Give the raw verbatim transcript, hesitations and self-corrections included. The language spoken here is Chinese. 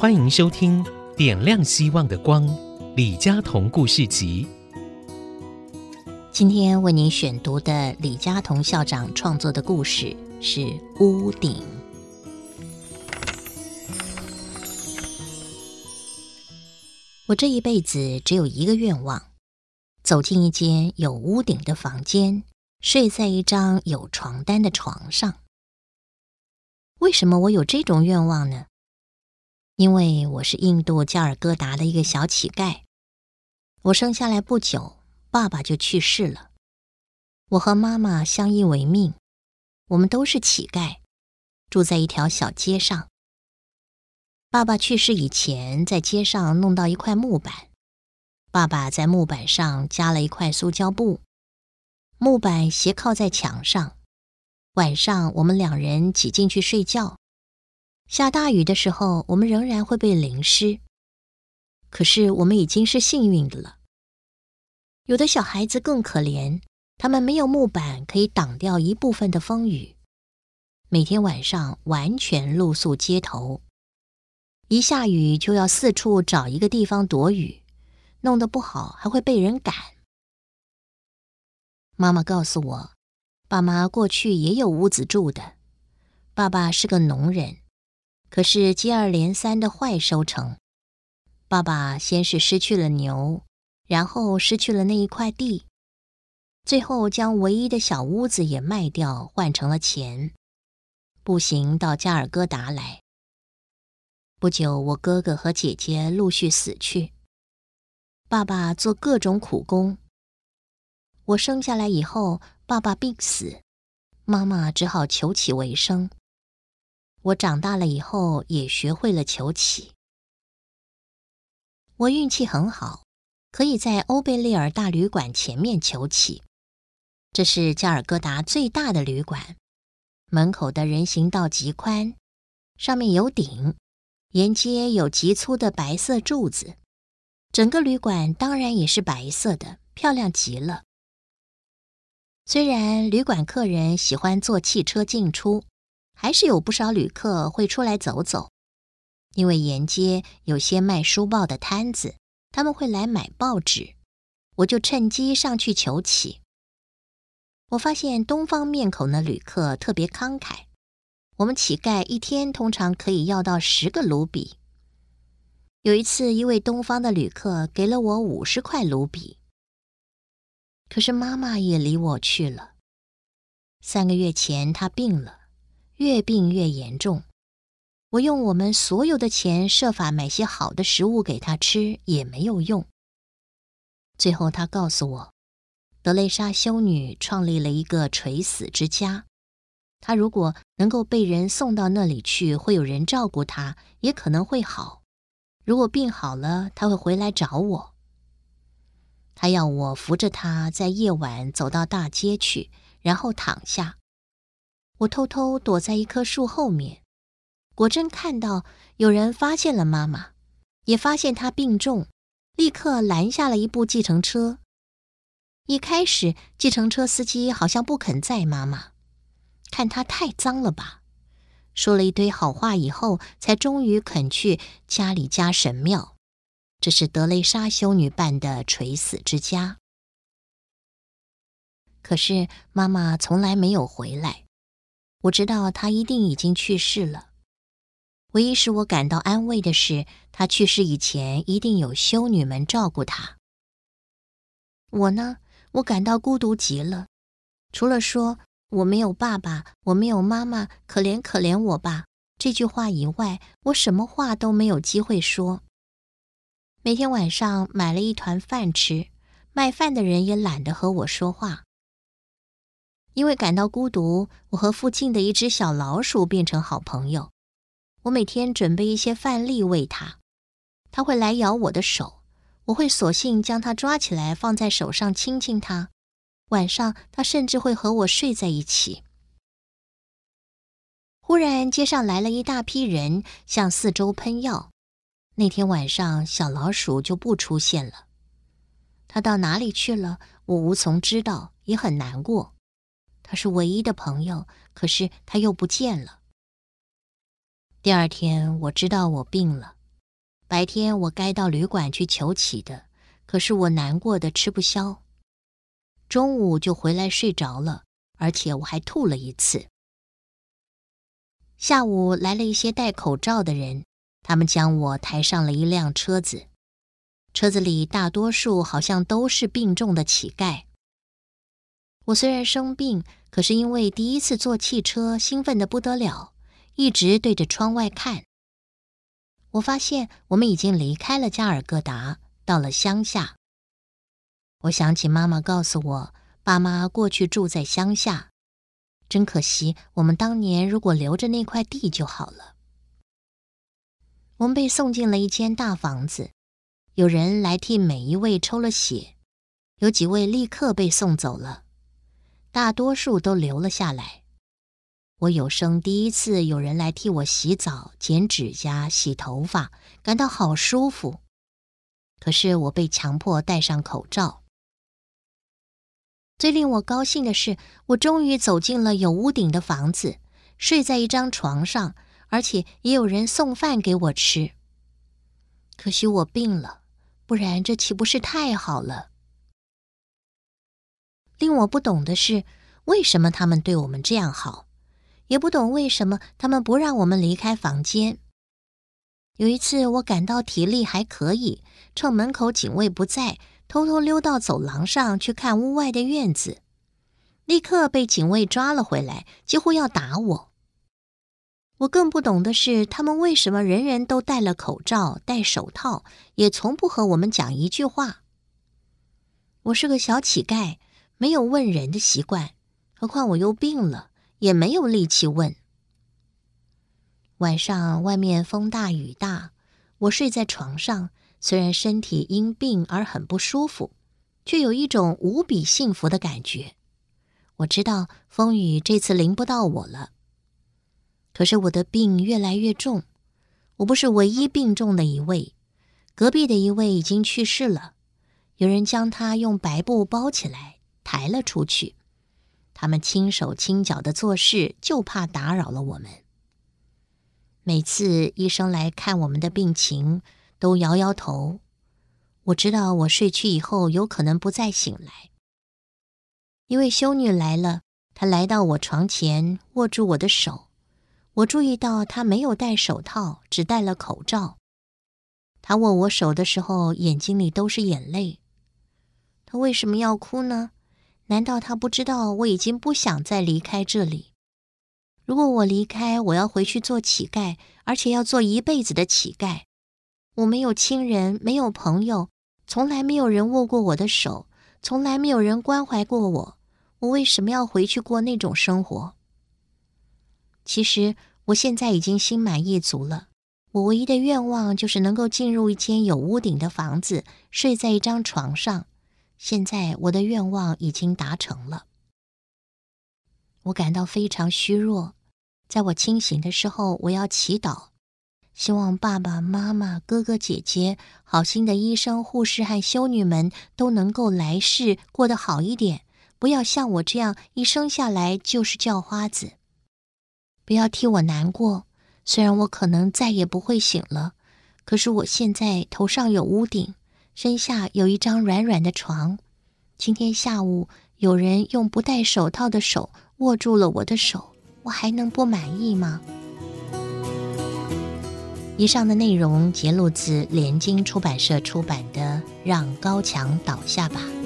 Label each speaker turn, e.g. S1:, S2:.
S1: 欢迎收听《点亮希望的光》李家同故事集。
S2: 今天为您选读的李家同校长创作的故事是《屋顶》。我这一辈子只有一个愿望，走进一间有屋顶的房间，睡在一张有床单的床上。为什么我有这种愿望呢？因为我是印度加尔各答的一个小乞丐。我生下来不久，爸爸就去世了。我和妈妈相依为命，我们都是乞丐，住在一条小街上。爸爸去世以前，在街上弄到一块木板，爸爸在木板上加了一块塑胶布，木板斜靠在墙上。晚上我们两人挤进去睡觉，下大雨的时候，我们仍然会被淋湿。可是我们已经是幸运的了。有的小孩子更可怜，他们没有木板可以挡掉一部分的风雨，每天晚上完全露宿街头，一下雨就要四处找一个地方躲雨，弄得不好还会被人赶。妈妈告诉我，爸妈过去也有屋子住的。爸爸是个农人，可是接二连三的坏收成。爸爸先是失去了牛，然后失去了那一块地，最后将唯一的小屋子也卖掉，换成了钱，步行到加尔各答来。不久，我哥哥和姐姐陆续死去，爸爸做各种苦工。我生下来以后，爸爸病死，妈妈只好求乞为生。我长大了以后，也学会了求乞。我运气很好，可以在欧贝利尔大旅馆前面求乞。这是加尔各答最大的旅馆，门口的人行道极宽，上面有顶，沿街有极粗的白色柱子。整个旅馆当然也是白色的，漂亮极了。虽然旅馆客人喜欢坐汽车进出，还是有不少旅客会出来走走，因为沿街有些卖书报的摊子，他们会来买报纸，我就趁机上去求乞。我发现东方面孔的旅客特别慷慨，我们乞丐一天通常可以要到十个卢比。有一次，一位东方的旅客给了我五十块卢比。可是妈妈也离我去了。三个月前她病了，越病越严重。我用我们所有的钱设法买些好的食物给她吃，也没有用。最后她告诉我，德蕾莎修女创立了一个垂死之家，她如果能够被人送到那里去，会有人照顾她，也可能会好。如果病好了，她会回来找我。他要我扶着他在夜晚走到大街去，然后躺下。我偷偷躲在一棵树后面，果真看到有人发现了妈妈，也发现她病重，立刻拦下了一部计程车。一开始，计程车司机好像不肯载妈妈，看她太脏了吧，说了一堆好话以后，才终于肯去加里加神庙。这是德蕾莎修女办的垂死之家。可是妈妈从来没有回来，我知道她一定已经去世了。唯一使我感到安慰的是，她去世以前一定有修女们照顾她。我呢，我感到孤独极了，除了说我没有爸爸，我没有妈妈，可怜可怜我吧这句话以外，我什么话都没有机会说。每天晚上买了一团饭吃，卖饭的人也懒得和我说话。因为感到孤独，我和附近的一只小老鼠变成好朋友。我每天准备一些饭粒喂它，它会来咬我的手，我会索性将它抓起来放在手上亲亲它。晚上它甚至会和我睡在一起。忽然街上来了一大批人，向四周喷药。那天晚上，小老鼠就不出现了。它到哪里去了，我无从知道，也很难过。它是唯一的朋友，可是它又不见了。第二天，我知道我病了， 白天我该到旅馆去求起的，可是我难过的吃不消。中午就回来睡着了，而且我还吐了一次。下午来了一些戴口罩的人，他们将我抬上了一辆车子。车子里大多数好像都是病重的乞丐。我虽然生病，可是因为第一次坐汽车，兴奋得不得了，一直对着窗外看。我发现我们已经离开了加尔各答，到了乡下。我想起妈妈告诉我，爸妈过去住在乡下，真可惜，我们当年如果留着那块地就好了。我们被送进了一间大房子，有人来替每一位抽了血，有几位立刻被送走了，大多数都留了下来。我有生第一次有人来替我洗澡、剪指甲、洗头发，感到好舒服。可是我被强迫戴上口罩。最令我高兴的是，我终于走进了有屋顶的房子，睡在一张床上，而且也有人送饭给我吃。可惜我病了，不然这岂不是太好了？令我不懂的是，为什么他们对我们这样好，也不懂为什么他们不让我们离开房间。有一次我感到体力还可以，趁门口警卫不在，偷偷溜到走廊上去看屋外的院子，立刻被警卫抓了回来，几乎要打我。我更不懂的是，他们为什么人人都戴了口罩、戴手套，也从不和我们讲一句话。我是个小乞丐，没有问人的习惯，何况我又病了，也没有力气问。晚上外面风大雨大，我睡在床上，虽然身体因病而很不舒服，却有一种无比幸福的感觉。我知道风雨这次淋不到我了。可是我的病越来越重，我不是唯一病重的一位，隔壁的一位已经去世了，有人将他用白布包起来，抬了出去。他们轻手轻脚的做事，就怕打扰了我们。每次医生来看我们的病情，都摇摇头。我知道我睡去以后有可能不再醒来。一位修女来了，她来到我床前，握住我的手。我注意到她没有戴手套，只戴了口罩。她握我手的时候，眼睛里都是眼泪。她为什么要哭呢？难道她不知道我已经不想再离开这里？如果我离开，我要回去做乞丐，而且要做一辈子的乞丐。我没有亲人，没有朋友，从来没有人握过我的手，从来没有人关怀过我。我为什么要回去过那种生活？其实我现在已经心满意足了，我唯一的愿望就是能够进入一间有屋顶的房子，睡在一张床上。现在我的愿望已经达成了。我感到非常虚弱，在我清醒的时候，我要祈祷，希望爸爸妈妈、哥哥姐姐、好心的医生、护士和修女们都能够来世过得好一点，不要像我这样一生下来就是叫花子。不要替我难过，虽然我可能再也不会醒了，可是我现在头上有屋顶，身下有一张软软的床。今天下午有人用不戴手套的手握住了我的手，我还能不满意吗？以上的内容节录自联经出版社出版的《让高墙倒下吧》。